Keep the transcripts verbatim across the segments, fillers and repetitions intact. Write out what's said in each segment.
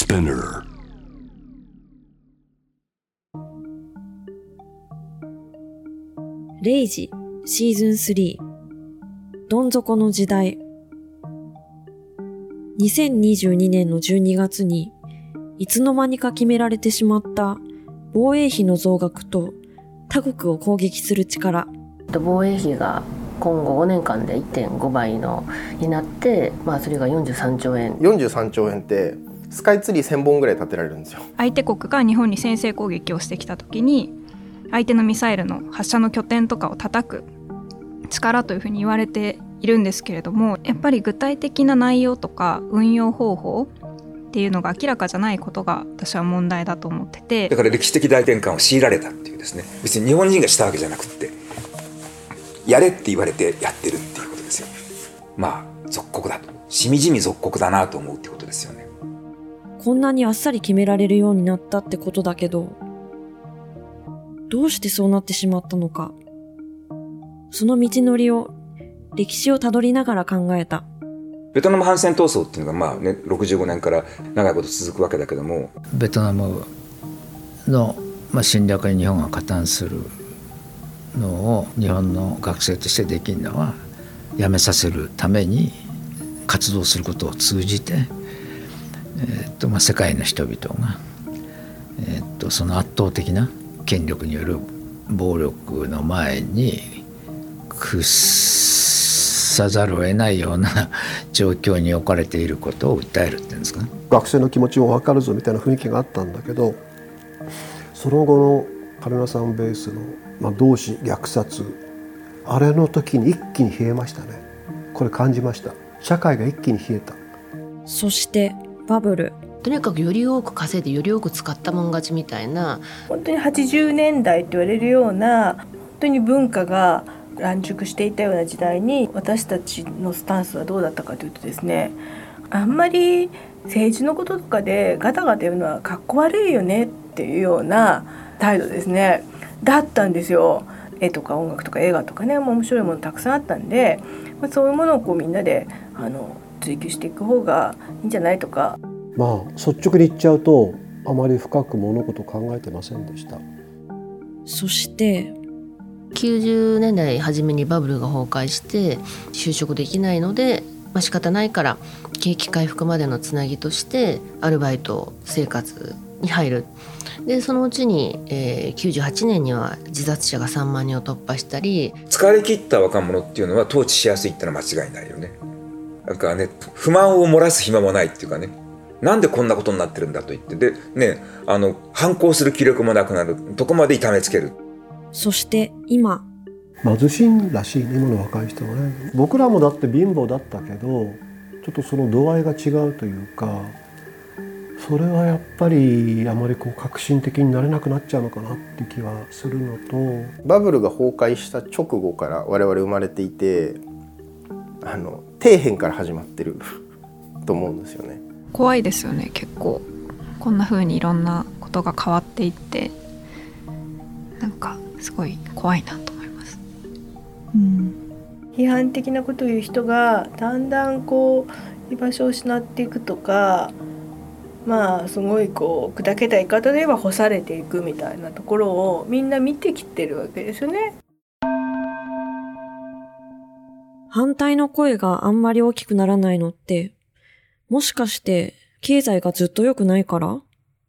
Spinner レイジシーズンスリーどん底の時代。にせんにじゅうにねんのじゅうにがつにいつの間にか決められてしまった防衛費の増額と他国を攻撃する力。 防衛費が今後ごねんかんで いってんごばいのになって、まあ、それがよんじゅうさんちょうえん。 よんじゅうさんちょうえんってスカイツリーせんぼんぐらい建てられるんですよ。 相手国が日本に先制攻撃をしてきた時に相手のミサイルの発射の拠点とかを叩く力というふうに言われているんですけれども、やっぱり具体的な内容とか運用方法っていうのが明らかじゃないことが私は問題だと思ってて、 だから歴史的大転換を強いられたっていうですね、別に日本人がしたわけじゃなくってやれって言われてやってるっていうことですよ。まあ属国だと、しみじみ属国だなと思うってことですよね。 こんなにあっさり決められるようになったってことだけど、どうしてそうなってしまったのか。その道のりを、歴史をたどりながら考えた。 ベトナム反戦闘争っていうのがまあ、ね、ろくじゅうごねんから長いこと続くわけだけども、 ベトナムの、まあ、侵略に日本が加担するのを日本の学生としてできるのはやめさせるために活動することを通じて、えーっとまあ、世界の人々が、えーっとその圧倒的な権力による暴力の前に屈さざるを得ないような状況に置かれていることを訴えるっていうんですかね。 学生の気持ちも分かるぞみたいな雰囲気があったんだけど、その後のカルナさんベースの、まあ、同志虐殺、あれの時に一気に冷えましたね。これ感じました。社会が一気に冷えた。 そしてバブル。 とにかくより多く稼いでより多く使ったもん勝ちみたいな、 本当にはちじゅうねんだいと言われるような本当に文化が乱熟していたような時代に、私たちのスタンスはどうだったかというとですね、あんまり政治のこととかでガタガタ言うのはかっこ悪いよねっていうような態度ですねだったんですよ。絵とか音楽とか映画とかね、もう面白いものたくさんあったんで、まあ、そういうものをこうみんなであの追求していく方がいいんじゃないとか。 まあ率直に言っちゃうと、あまり深く物事を考えてませんでした。 そしてきゅうじゅうねんだい初めにバブルが崩壊して就職できないので、まあ、仕方ないから景気回復までのつなぎとしてアルバイト生活に入る。でそのうちに、えー、きゅうじゅうはちねんには自殺者がさんまんにんを突破したり、 疲れ切った若者っていうのは統治しやすいってのは間違いないよね。なんかね、不満を漏らす暇もないっていうかね、なんでこんなことになってるんだと言って、でね、あの反抗する気力もなくなるとこまで痛めつける。 そして今貧しいんらしいね、今の若い人はね。僕らもだって貧乏だったけど、ちょっとその度合いが違うというか、それはやっぱりあまりこう革新的になれなくなっちゃうのかなって気はするのと、 バブルが崩壊した直後から我々生まれていて、あの底辺から始まってると思うんですよね。 怖いですよね。結構こんな風にいろんなことが変わっていって、なんかすごい怖いなと思います、 うん、批判的なことを言う人がだんだんこう居場所を失っていくとか、まあすごいこう砕けた言い方で言えば干されていくみたいなところをみんな見てきてるわけですよね。 反対の声があんまり大きくならないのって、もしかして経済がずっと良くないから？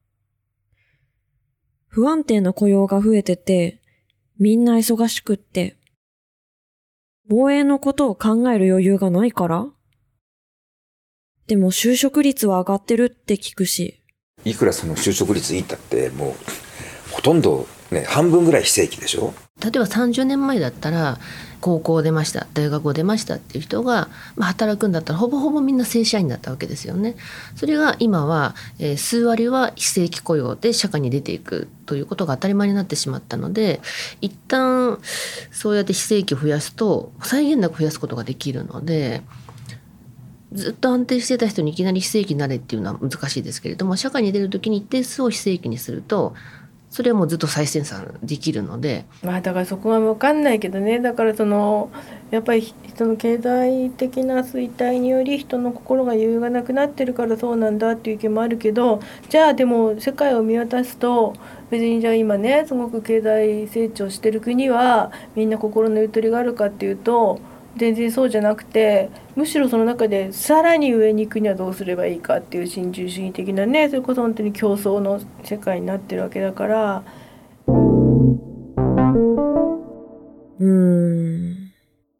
不安定な雇用が増えてて、みんな忙しくって、防衛のことを考える余裕がないから？でも就職率は上がってるって聞くし。 いくらその就職率いいったってもうほとんどね、半分ぐらい非正規でしょ。 例えばさんじゅうねんまえだったら高校出ました、大学を出ましたっていう人が、まあ、働くんだったらほぼほぼみんな正社員だったわけですよね。それが今は、えー、数割は非正規雇用で社会に出ていくということが当たり前になってしまったので、一旦そうやって非正規を増やすと際限なく増やすことができるので、ずっと安定してた人にいきなり非正規になれっていうのは難しいですけれども、社会に出るときに一定数を非正規にすると、 それはもうずっと最先端できるので、 まあだからそこは分かんないけどね。だからそのやっぱり人の経済的な衰退により人の心が余裕がなくなってるからそうなんだっていう意見もあるけど、じゃあでも世界を見渡すと別にじゃあ今ねすごく経済成長してる国はみんな心のゆとりがあるかっていうと全然そうじゃなくて、むしろその中でさらに上に行くにはどうすればいいかっていう新自由主義的なね、それこそ本当に競争の世界になってるわけだから。 うーん。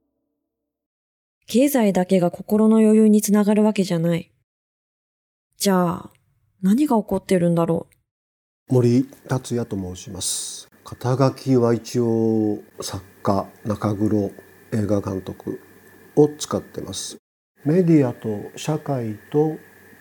経済だけが心の余裕につながるわけじゃない。じゃあ、何が起こってるんだろう。森達也と申します。肩書きは一応作家、中黒、映画監督を使ってます。メディアと社会と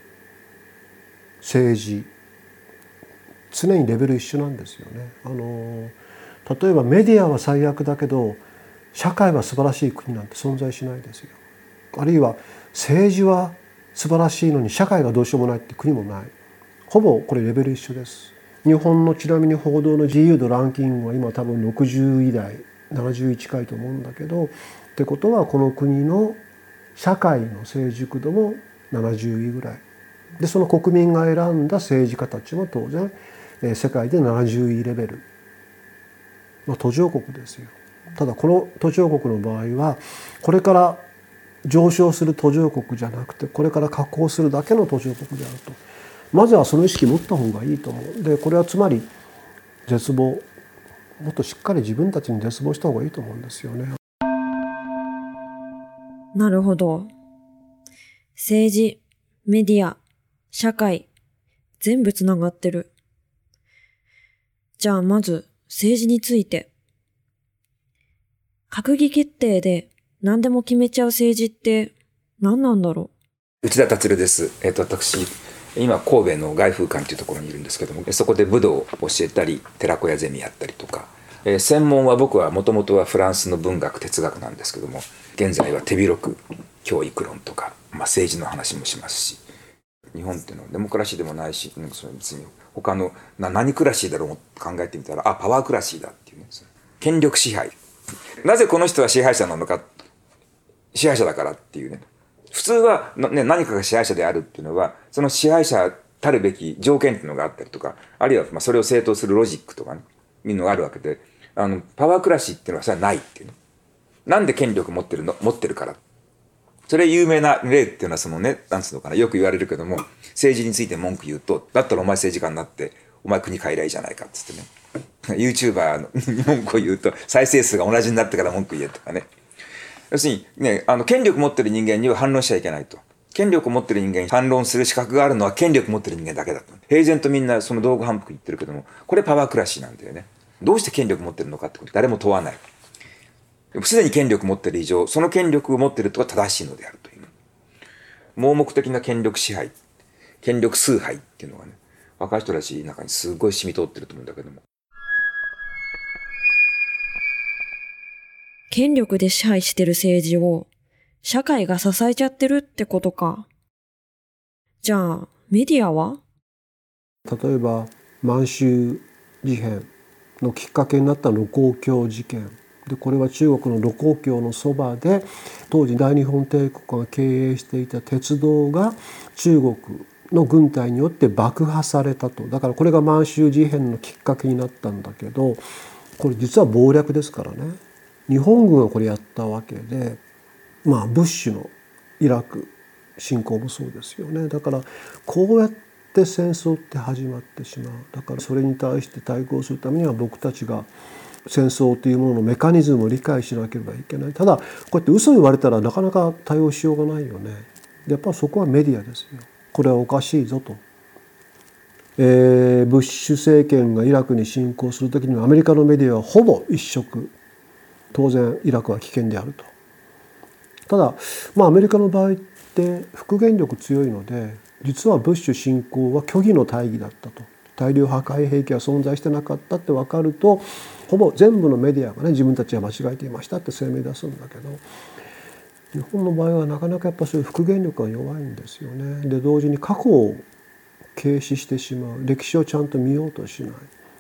政治、常にレベル一緒なんですよね。あの例えばメディアは最悪だけど社会は素晴らしい国なんて存在しないですよ。あるいは政治は素晴らしいのに社会がどうしようもないって国もない。ほぼこれレベル一緒です。日本のちなみに報道の自由度ランキングは今多分ろくじゅうい台、ななじゅうい近いと思うんだけど、ってことはこの国の社会の成熟度もななじゅういぐらいで、その国民が選んだ政治家たちも当然世界でななじゅういレベル、まあ、途上国ですよ。ただこの途上国の場合はこれから上昇する途上国じゃなくてこれから下降するだけの途上国であると、まずはその意識持った方がいいと思う。でこれはつまり絶望、もっとしっかり自分たちに絶望した方がいいと思うんですよね。 なるほど。政治、メディア、社会、全部つながってる。じゃあまず政治について。閣議決定で何でも決めちゃう政治って何なんだろう。内田達郎です。えっと私今神戸の外風館というところにいるんですけども、そこで武道を教えたり寺子屋ゼミやったりとか、えー、専門は僕はもともとはフランスの文学哲学なんですけども、現在は手広く教育論とか、まあ、政治の話もしますし、日本っていうのはデモクラシーでもないし、それ別に他のな何クラシーだろうと考えてみたら、あパワークラシーだっていうね、権力支配。なぜこの人は支配者なのか、支配者だからっていうね。普通は、ね、何かが支配者であるっていうのはその支配者たるべき条件っていうのがあったりとか、あるいはまあそれを正当するロジックとかね、いうのがあるわけで、あのパワークラシーっていうのはそれはないっていうね。なんで権力持ってるの持ってるから。それ有名な例っていうのはそのね、なんつうのかな、よく言われるけども、政治について文句言うと、だったらお前政治家になってお前国変えりゃいいじゃないかっつってね。YouTuber に文句を言うと再生数が同じになってから文句言えとかね。要するにね、あの権力持ってる人間には反論しちゃいけないと。権力を持ってる人間に反論する資格があるのは権力持ってる人間だけだと。平然とみんなその道具反復言ってるけども、これパワークラシーなんだよね。どうして権力持ってるのかってこと誰も問わない。すでに権力持ってる以上、その権力を持ってるとは正しいのであるという。盲目的な権力支配、権力崇拝っていうのがね、若い人たちの中にすごい染み通ってると思うんだけども。 権力で支配してる政治を社会が支えちゃってるってことか。じゃあメディアは？ 例えば満州事変のきっかけになった盧溝橋事件で、これは中国の盧溝橋のそばで当時大日本帝国が経営していた鉄道が中国の軍隊によって爆破されたと。だからこれが満州事変のきっかけになったんだけど、これ実は謀略ですからね。日本軍がこれやったわけで、まあブッシュのイラク侵攻もそうですよね。だからこうやって戦争って始まってしまう。だからそれに対して対抗するためには僕たちが戦争というもののメカニズムを理解しなければいけない。ただこうやって嘘言われたらなかなか対応しようがないよね。やっぱりそこはメディアですよ。これはおかしいぞと。えー、ブッシュ政権がイラクに侵攻するときにはアメリカのメディアはほぼ一色。当然イラクは危険であると。ただ、まあ、アメリカの場合って復元力強いので、実はブッシュ侵攻は虚偽の大義だったと。大量破壊兵器は存在してなかったって分かると、ほぼ全部のメディアがね、自分たちは間違えていましたって声明出すんだけど、日本の場合はなかなかやっぱそういう復元力が弱いんですよね。で同時に過去を軽視してしまう。歴史をちゃんと見ようとしない。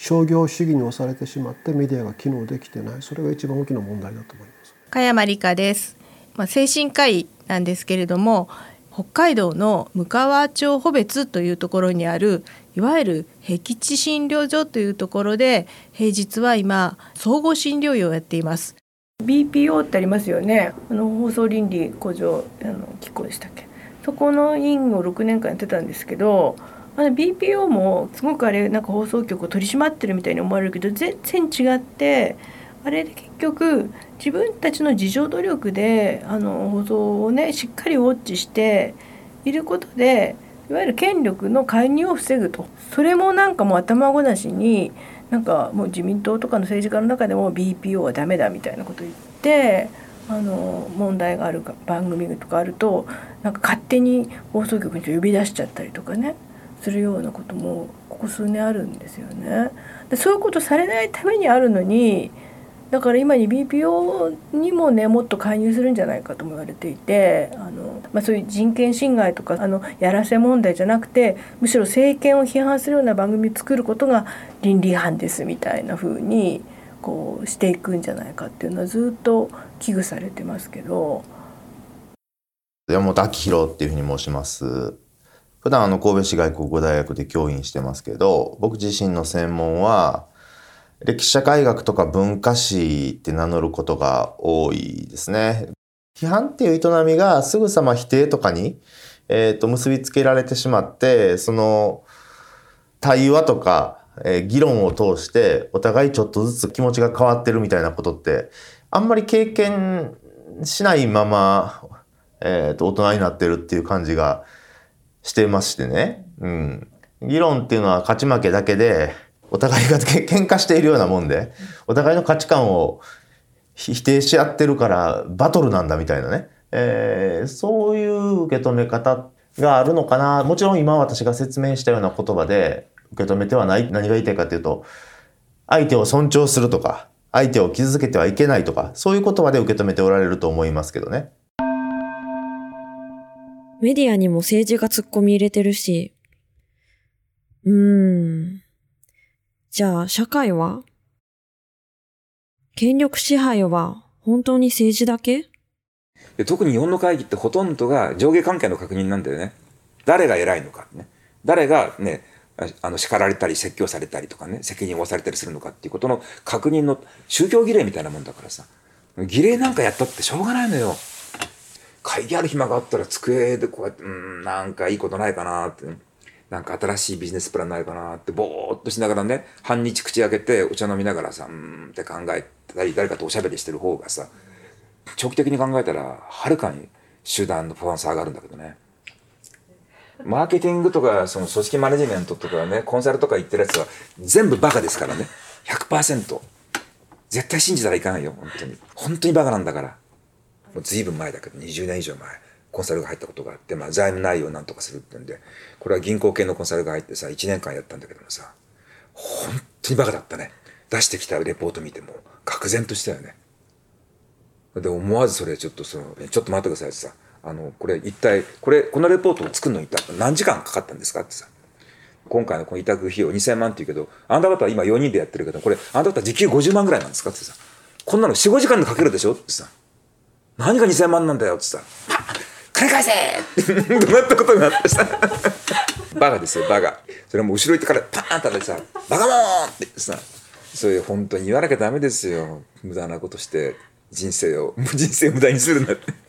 商業主義に押されてしまってメディアが機能できてない。それが一番大きな問題だと思います。 加山理香です。まあ、精神科医なんですけれども、北海道のむかわ町穂別というところにあるいわゆる僻地診療所というところで平日は今総合診療医をやっています。 ビーピーオー ってありますよね。あの放送倫理向上あの機構でしたっけ。そこの院をろくねんかんやってたんですけど、あの ビーピーオー もすごくあれなんか放送局を取り締まってるみたいに思われるけど全然違って、あれで結局自分たちの自助努力であの放送をねしっかりウォッチしていることでいわゆる権力の介入を防ぐと。それもなんかもう頭ごなしになんかもう自民党とかの政治家の中でも ビーピーオー はダメだみたいなことを言ってあの問題がある番組とかあるとなんか勝手に放送局に呼び出しちゃったりとかねするようなこともここ数年あるんですよね。でそういうことされないためにあるのに、だから今に ビーピーオー にもねもっと介入するんじゃないかとも言われていて、あの、まあ、そういう人権侵害とかあのやらせ問題じゃなくてむしろ政権を批判するような番組を作ることが倫理違反ですみたいな風にこうしていくんじゃないかっていうのはずっと危惧されてますけど。 山本明弘っていうふうに申します。普段あの神戸市外国語大学で教員してますけど、僕自身の専門は歴史社会学とか文化史って名乗ることが多いですね。批判っていう営みがすぐさま否定とかに、えー、と結びつけられてしまって、その対話とか、えー、議論を通してお互いちょっとずつ気持ちが変わってるみたいなことってあんまり経験しないまま、えー、と大人になってるっていう感じがしてましてね、うん、議論っていうのは勝ち負けだけでお互いが喧嘩しているようなもんで、お互いの価値観を否定し合ってるからバトルなんだみたいなね、えー、そういう受け止め方があるのかな。もちろん今私が説明したような言葉で受け止めてはない。何が言いたいかというと、相手を尊重するとか相手を傷つけてはいけないとか、そういう言葉で受け止めておられると思いますけどね。 メディアにも政治が突っ込み入れてるし、うーん。じゃあ社会は？権力支配は本当に政治だけ？ で特に日本の会議ってほとんどが上下関係の確認なんだよね。誰が偉いのかね。誰がね、あの叱られたり説教されたりとかね、責任を負わされたりするのかっていうことの確認の宗教儀礼みたいなもんだからさ。儀礼なんかやったってしょうがないのよ。会議ある暇があったら机でこうやって、うーん、なんかいいことないかなって、なんか新しいビジネスプランないかなってぼーっとしながらね、半日口開けてお茶飲みながらさ、うーんって考えたり、誰かとおしゃべりしてる方がさ、長期的に考えたらはるかに集団のパフォーマンス上がるんだけどね。マーケティングとかその組織マネジメントとかね、コンサルとか言ってるやつは全部バカですからね。ひゃくパーセント 絶対信じたらいかないよ。本当に本当にバカなんだから。もうずいぶん前だけどにじゅうねん以上前コンサルが入ったことがあって、まあ、財務内容をなんとかするってんで、これは銀行系のコンサルが入ってさいちねんかんやったんだけどもさ、本当にバカだったね。出してきたレポート見ても愕然としたよね。で思わずそれちょっとそのちょっと待ってくださいってさ、あのこれ一体これこのレポートを作るのに何時間かかったんですかってさ、今回のこの委託費用にせんまんって言うけど、あんた方は今よにんでやってるけど、これあんた方は時給ごじゅうまんぐらいなんですかってさ、こんなの よん、ごじかんでかけるでしょってさ、何がにせんまんなんだよってさ、金返せって怒鳴ったことがあってさバカですよバカ。それも後ろ行ってからパーンってさ、バカモーンってさ、そういう本当に言わなきゃダメですよ。無駄なことして人生を人生を無駄にするんだって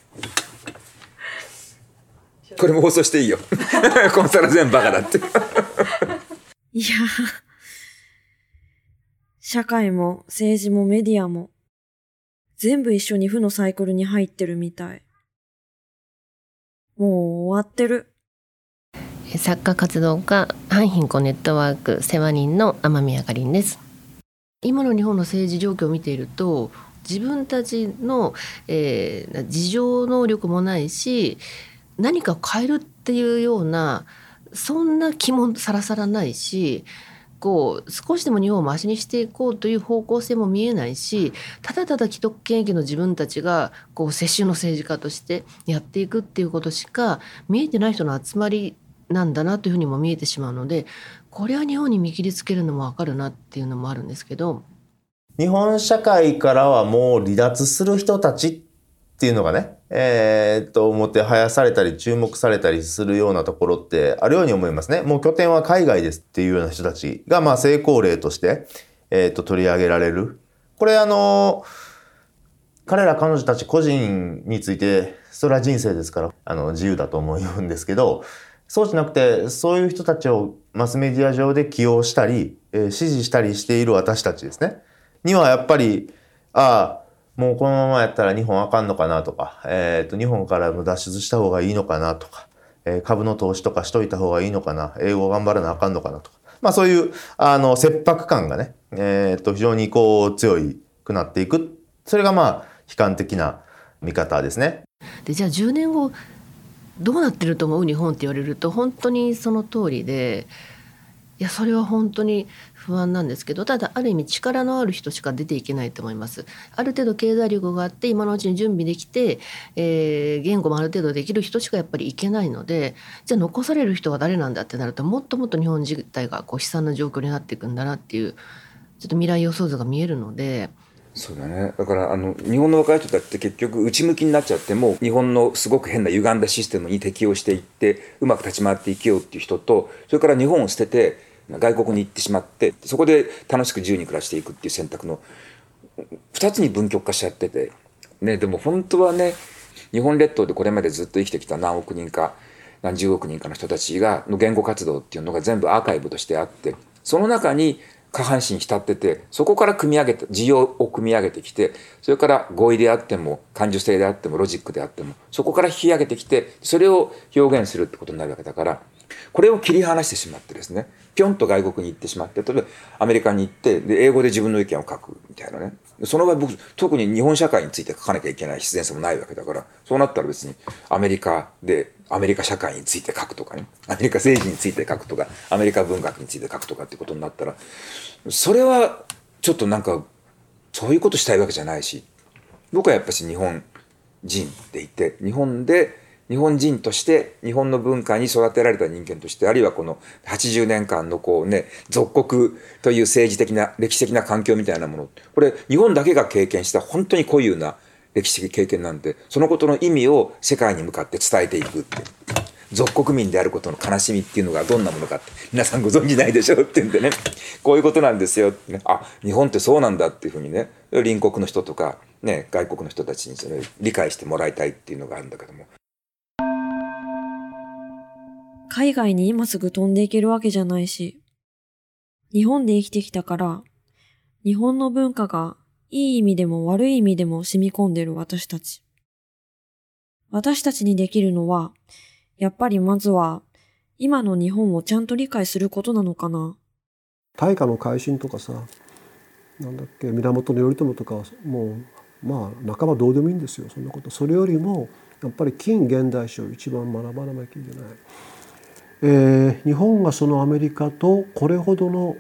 これも放送していいよコンサル全部バカだっていや社会も政治もメディアも全部一緒に負のサイクルに入ってるみたい。もう終わってる。 作家活動家反貧困ネットワーク世話人の天宮かりんです。今の日本の政治状況を見ていると、自分たちの、えー、自浄能力もないし、何かを変えるっていうようなそんな気もさらさらないし、こう少しでも日本をマシにしていこうという方向性も見えないし、ただただ既得権益の自分たちがこう世襲の政治家としてやっていくっていうことしか見えてない人の集まりなんだなというふうにも見えてしまうので、これは日本に見切りつけるのも分かるなっていうのもあるんですけど、 日本社会からはもう離脱する人たちっていうのがね、えー、っと、もてはやされたり注目されたりするようなところってあるように思いますね。もう拠点は海外ですっていうような人たちが、まあ成功例として、えー、っと、取り上げられる。これあの、彼ら彼女たち個人について、それは人生ですから、あの、自由だと思うんですけど、そうじゃなくて、そういう人たちをマスメディア上で起用したり、えー、支持したりしている私たちですね。にはやっぱり、ああ、もうこのままやったら日本あかんのかなとか、えっと、日本からも脱出した方がいいのかなとか、えー、株の投資とかしといた方がいいのかな、英語頑張らなあかんのかなとか。まあそういう、あの、切迫感がね、えっと、非常にこう強くなっていく。それがまあ、悲観的な見方ですね。 で、じゃあじゅうねんご、どうなってると思う日本って言われると、本当にその通りで、いや、それは本当に不安なんですけど、ただある意味力のある人しか出ていけないと思います。ある程度経済力があって今のうちに準備できて、えー、言語もある程度できる人しかやっぱりいけないので、じゃあ残される人は誰なんだってなると、もっともっと日本自体がこう悲惨な状況になっていくんだなっていう、ちょっと未来予想図が見えるので。 そうだね。だからあの日本の若い人たちって結局内向きになっちゃって、もう日本のすごく変な歪んだシステムに適応していってうまく立ち回っていけようっていう人と、それから日本を捨てて外国に行ってしまって、そこで楽しく自由に暮らしていくっていう選択のふたつに分極化しちゃってて、ね、でも本当はね、日本列島でこれまでずっと生きてきた何億人か何十億人かの人たちがの言語活動っていうのが全部アーカイブとしてあって、その中に下半身浸ってて、そこから組み上げて需要を組み上げてきて、それから語彙であっても感受性であってもロジックであってもそこから引き上げてきて、それを表現するってことになるわけだから、これを切り離してしまってですね、ぴょんと外国に行ってしまって、例えばアメリカに行ってで英語で自分の意見を書くみたいなね。その場合僕特に日本社会について書かなきゃいけない必然性もないわけだから、そうなったら別にアメリカでアメリカ社会について書くとかね、アメリカ政治について書くとか、アメリカ文学について書くとかってことになったら、それはちょっとなんかそういうことしたいわけじゃないし、僕はやっぱし日本人でいて、日本で日本人として日本の文化に育てられた人間として、あるいはこのはちじゅうねんかんのこうね、属国という政治的な歴史的な環境みたいなもの、これ日本だけが経験した本当に固有な歴史的経験なんで、そのことの意味を世界に向かって伝えていくって、属国民であることの悲しみっていうのがどんなものかって皆さんご存じないでしょうって言うんでね、こういうことなんですよって、ね、あ、日本ってそうなんだっていうふうにね、隣国の人とかね、外国の人たちにそれを理解してもらいたいっていうのがあるんだけども、 海外に今すぐ飛んでいけるわけじゃないし、日本で生きてきたから、日本の文化がいい意味でも悪い意味でも染み込んでる私たち。私たちにできるのは、やっぱりまずは今の日本をちゃんと理解することなのかな。 大化の改新とかさ、なんだっけ、源頼朝とか、もうまあ半ばどうでもいいんですよ、そんなこと。それよりもやっぱり近現代史を一番学ばなきゃいけない。えー、日本がそのアメリカとこれほどの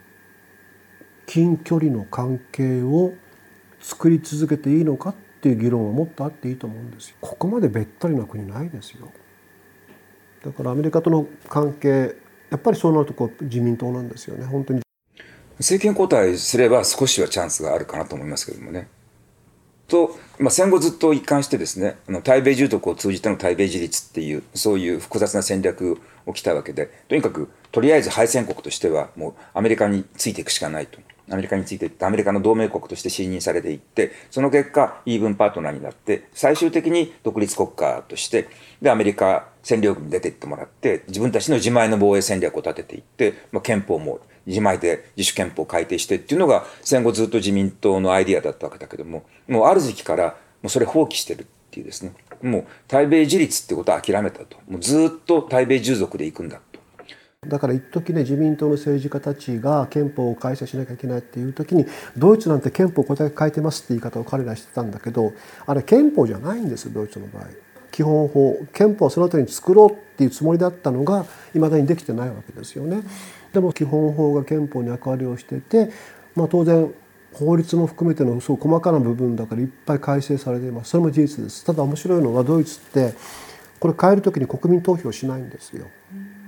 近距離の関係を作り続けていいのかっていう議論はもっとあっていいと思うんですよ。ここまでべったりな国ないですよ。だからアメリカとの関係、やっぱりそうなるとこう自民党なんですよね、本当に。 政権交代すれば少しはチャンスがあるかなと思いますけどもね。と、まあ、戦後ずっと一貫してですね、あの対米従属を通じての対米自立っていうそういう複雑な戦略を来たわけで、とにかくとりあえず敗戦国としてはもうアメリカについていくしかないと。アメリカについていってアメリカの同盟国として信任されていって、その結果イーブンパートナーになって最終的に独立国家としてでアメリカ占領軍に出ていってもらって自分たちの自前の防衛戦略を立てていって、まあ、憲法も自前で自主憲法を改定してっていうのが戦後ずっと自民党のアイディアだったわけだけども、もうある時期からもうそれ放棄してるっていうですね、もう対米自立ってことは諦めたと、もうずっと対米従属でいくんだと。 だから一時ね、自民党の政治家たちが憲法を改正しなきゃいけないっていう時に、ドイツなんて憲法これだけ変えてますって言い方を彼らしてたんだけど、あれ憲法じゃないんですよ、ドイツの場合。基本法、憲法をその後に作ろうっていうつもりだったのがいまだにできてないわけですよね。でも基本法が憲法に役割をしてて、まあ、当然法律も含めてのそう細かな部分だからいっぱい改正されています。それも事実です。ただ面白いのはドイツってこれ変える時に国民投票しないんですよ。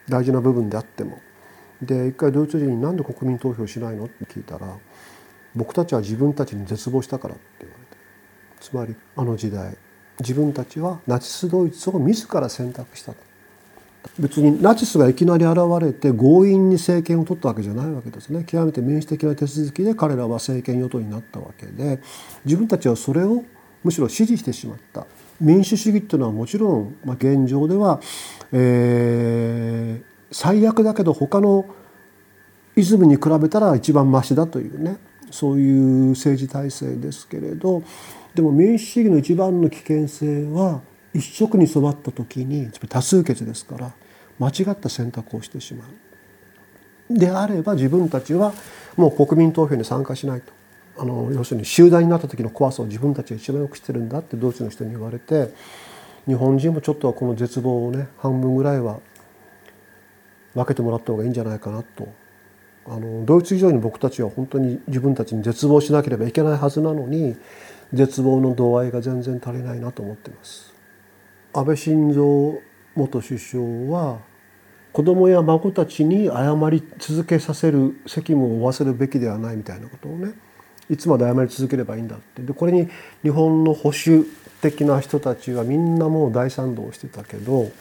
大事な部分であっても。で一回ドイツ人になんで国民投票しないのって聞いたら、僕たちは自分たちに絶望したからって言われて、つまりあの時代自分たちはナチスドイツを自ら選択したと。別にナチスがいきなり現れて強引に政権を取ったわけじゃないわけですね。極めて民主的な手続きで彼らは政権与党になったわけで、自分たちはそれをむしろ支持してしまった。民主主義っていうのはもちろん、まあ、現状では、えー最悪だけど他のイズムに比べたら一番マシだというね、そういう政治体制ですけれど、でも民主主義の一番の危険性は一色に染まった時に多数決ですから間違った選択をしてしまう。であれば自分たちはもう国民投票に参加しないと。あの要するに集団になった時の怖さを自分たちが一番よく知ってるんだってドイツの人に言われて、日本人もちょっとはこの絶望をね半分ぐらいは分けてもらった方がいいんじゃないかなと。あのドイツ以上に僕たちは本当に自分たちに絶望しなければいけないはずなのに、絶望の度合いが全然足りないなと思っています。安倍晋三元首相は子供や孫たちに謝り続けさせる責務を負わせるべきではないみたいなことをね、いつまで謝り続ければいいんだって。でこれに日本の保守的な人たちはみんなもう大賛同してたけど、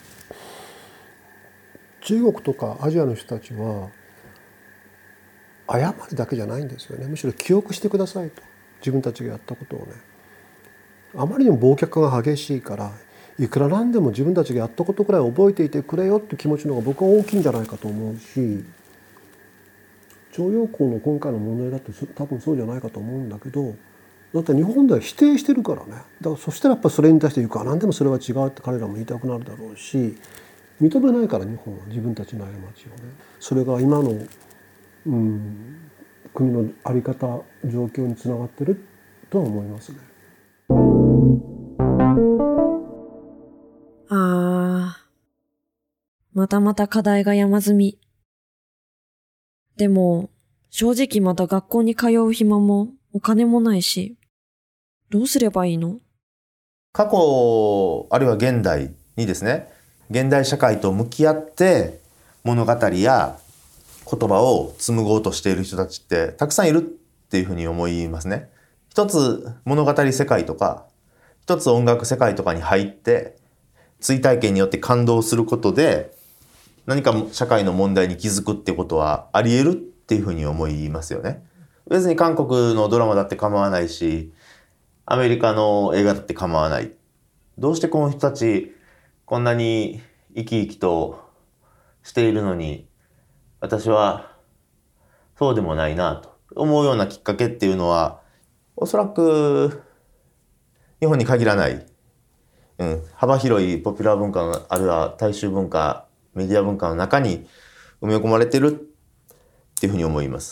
中国とかアジアの人たちは謝りだけじゃないんですよね。むしろ記憶してくださいと、自分たちがやったことをね。あまりにも忘却が激しいから、いくらなんでも自分たちがやったことくらい覚えていてくれよって気持ちの方が僕は大きいんじゃないかと思うし、徴用工の今回の問題だって多分そうじゃないかと思うんだけど、だって日本では否定してるからね。だからそしたらやっぱそれに対していくらなんでもそれは違うって彼らも言いたくなるだろうし、認めないから日本は自分たちの過ちをね。それが今の、うん、国の在り方状況につながってるとは思いますね。 あー、またまた課題が山積み。でも正直また学校に通う暇もお金もないし、どうすればいいの？ 過去あるいは現代にですね、現代社会と向き合って物語や言葉を紡ごうとしている人たちってたくさんいるっていうふうに思いますね。一つ物語世界とか一つ音楽世界とかに入って追体験によって感動することで何か社会の問題に気づくってことはあり得るっていうふうに思いますよね。別に韓国のドラマだって構わないし、アメリカの映画だって構わない。どうしてこの人たちこんなに生き生きとしているのに私はそうでもないなと思うようなきっかけっていうのはおそらく日本に限らない、うん、幅広いポピュラー文化のあるいは大衆文化メディア文化の中に埋め込まれてるっていうふうに思います。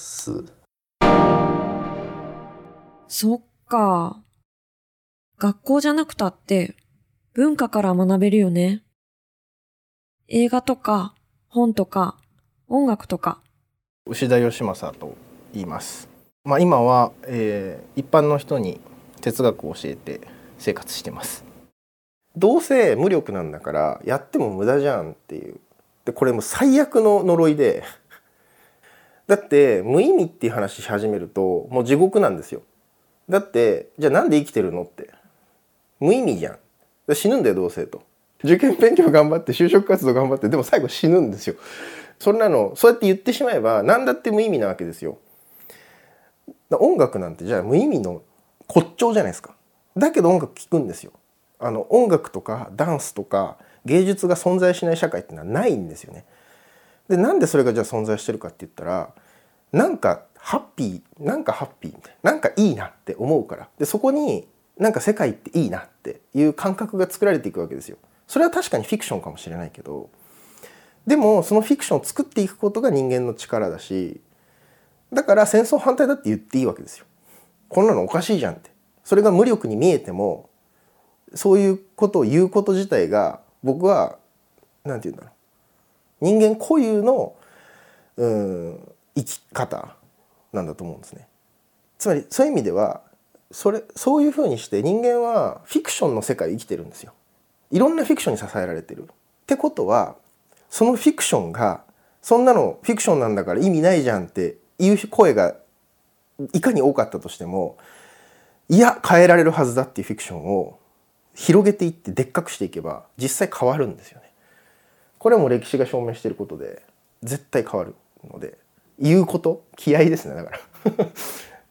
そっか。学校じゃなくたって文化から学べるよね。映画とか本とか音楽とか。 牛田義正と言います。まあ、今は、えー、一般の人に哲学を教えて生活してます。どうせ無力なんだからやっても無駄じゃんっていう。でこれも最悪の呪いでだって無意味っていう話し始めるともう地獄なんですよ。だってじゃあなんで生きてるのって無意味じゃん。死ぬんだよどうせと。受験勉強頑張って就職活動頑張ってでも最後死ぬんですよ。そんなのそうやって言ってしまえば何だって無意味なわけですよ。音楽なんてじゃあ無意味の骨頂じゃないですか。だけど音楽聴くんですよ。あの音楽とかダンスとか芸術が存在しない社会っていうのはないんですよね。でなんでそれがじゃあ存在してるかって言ったらなんかハッピーなんかハッピーみたいななんかいいなって思うから。でそこになんか世界っていいなっていう感覚が作られていくわけですよ。それは確かにフィクションかもしれないけど、でもそのフィクションを作っていくことが人間の力だし、だから戦争反対だって言っていいわけですよ。こんなのおかしいじゃんって。それが無力に見えてもそういうことを言うこと自体が僕はなんて言うんだろう、人間固有のうん生き方なんだと思うんですね。つまりそういう意味ではそれそういうふうにして人間はフィクションの世界を生きてるんですよ。いろんなフィクションに支えられてるってことはそのフィクションがそんなのフィクションなんだから意味ないじゃんっていう声がいかに多かったとしても、いや変えられるはずだっていうフィクションを広げていってでっかくしていけば実際変わるんですよね。これはもう歴史が証明していることで絶対変わるので、言うこと気合いですね。だから、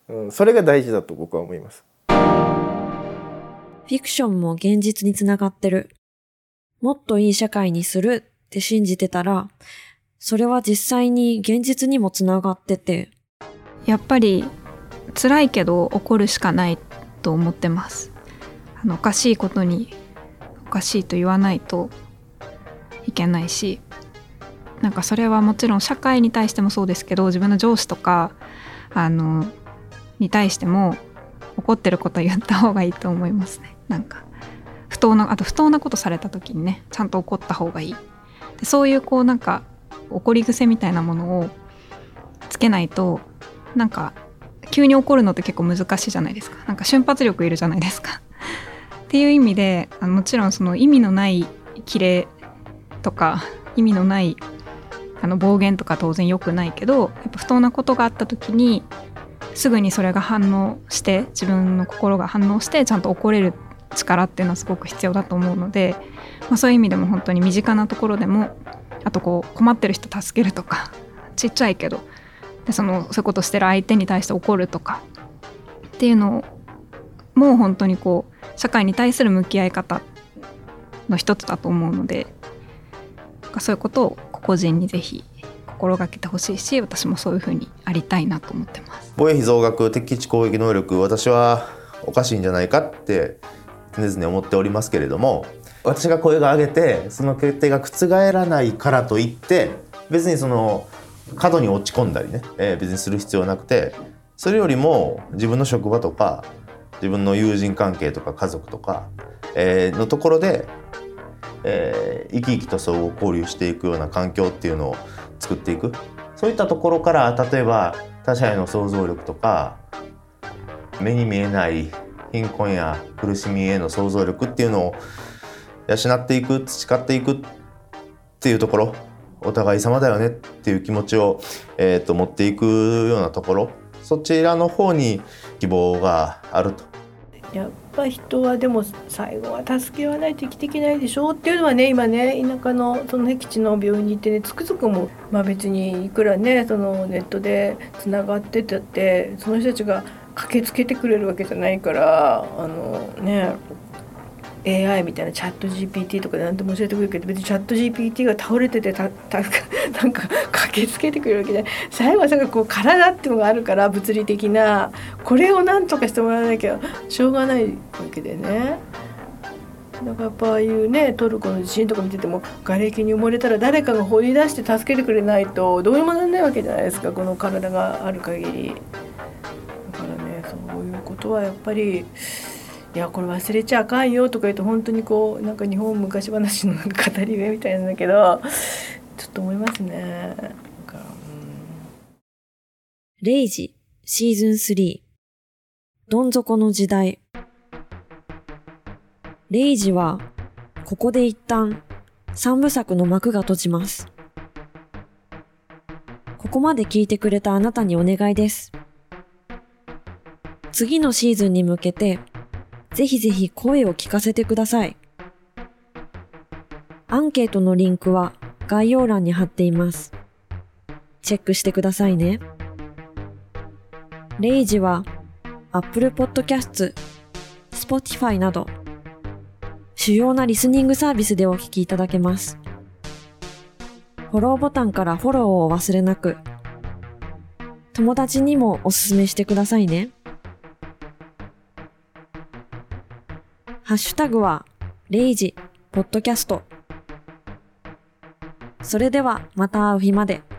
うん、それが大事だと僕は思います。 フィクションも現実につながってる。もっといい社会にするって信じてたら、それは実際に現実にもつながってて、 やっぱり辛いけど怒るしかないと思ってます。あのおかしいことにおかしいと言わないといけないし、なんかそれはもちろん社会に対してもそうですけど、自分の上司とかあのに対しても怒ってることを言った方がいいと思いますね。なんか不当なあと不当なことされた時にね、ちゃんと怒った方がいい。でそういうこうなんか怒り癖みたいなものをつけないと、なんか急に怒るのって結構難しいじゃないですか。なんか瞬発力いるじゃないですかっていう意味で、あのもちろんその意味のないキレとか意味のないあの暴言とか当然良くないけど、やっぱ不当なことがあった時にすぐにそれが反応して、自分の心が反応してちゃんと怒れる力っていうのはすごく必要だと思うので、まあ、そういう意味でも本当に身近なところでも、あとこう困ってる人助けるとか、ちっちゃいけどでそのそういうことしてる相手に対して怒るとかっていうのも本当にこう社会に対する向き合い方の一つだと思うので、そういうことを個人にぜひ心がけてほしいし、私もそういうふうにありたいなと思ってます。 防衛費増額、敵基地攻撃能力、私はおかしいんじゃないかって常々思っておりますけれども、私が声が上げてその決定が覆らないからといって別にその過度に落ち込んだりね、えー、別にする必要はなくて、それよりも自分の職場とか自分の友人関係とか家族とか、えー、のところで、えー、生き生きと相互交流していくような環境っていうのを作っていく。そういったところから例えば他者への想像力とか目に見えない貧困や苦しみへの想像力っていうのを養っていく、培っていくっていうところ、お互い様だよねっていう気持ちを、えー、と持っていくようなところ、そちらの方に希望があると。 やっぱ人はでも最後は助け合わないと生きていけないでしょっていうのはね、今ね田舎のその僻地の病院に行ってね、つくづくも、まあ、別にいくらねそのネットでつながってたってその人たちが駆けつけてくれるわけじゃないから、あのねエーアイ みたいなチャット ジーピーティー とかで何でも教えてくれるけど、別にチャット ジーピーティー が倒れててたたなんか駆けつけてくれるわけじゃない。最後はさこう体っていうのがあるから、物理的なこれを何とかしてもらわなきゃしょうがないわけでね。だからやっぱああいうねトルコの地震とか見てても、瓦礫に埋もれたら誰かが掘り出して助けてくれないとどうにもならないわけじゃないですか、この体がある限り。だからね、そういうことはやっぱりいやこれ忘れちゃあかんよとか言うと本当にこうなんか日本昔話の語り部みたいなんだけど、ちょっと思いますね。なんか、うん、 レイジシーズンスリーどん底の時代。レイジはここで一旦三部作の幕が閉じます。ここまで聞いてくれたあなたにお願いです。次のシーズンに向けてぜひぜひ声を聞かせてください。アンケートのリンクは概要欄に貼っています。チェックしてくださいね。レイジは Apple Podcasts、Spotify など主要なリスニングサービスでお聞きいただけます。フォローボタンからフォローをお忘れなく。友達にもおすすめしてくださいね。ハッシュタグはレイジポッドキャスト。それではまた会う日まで。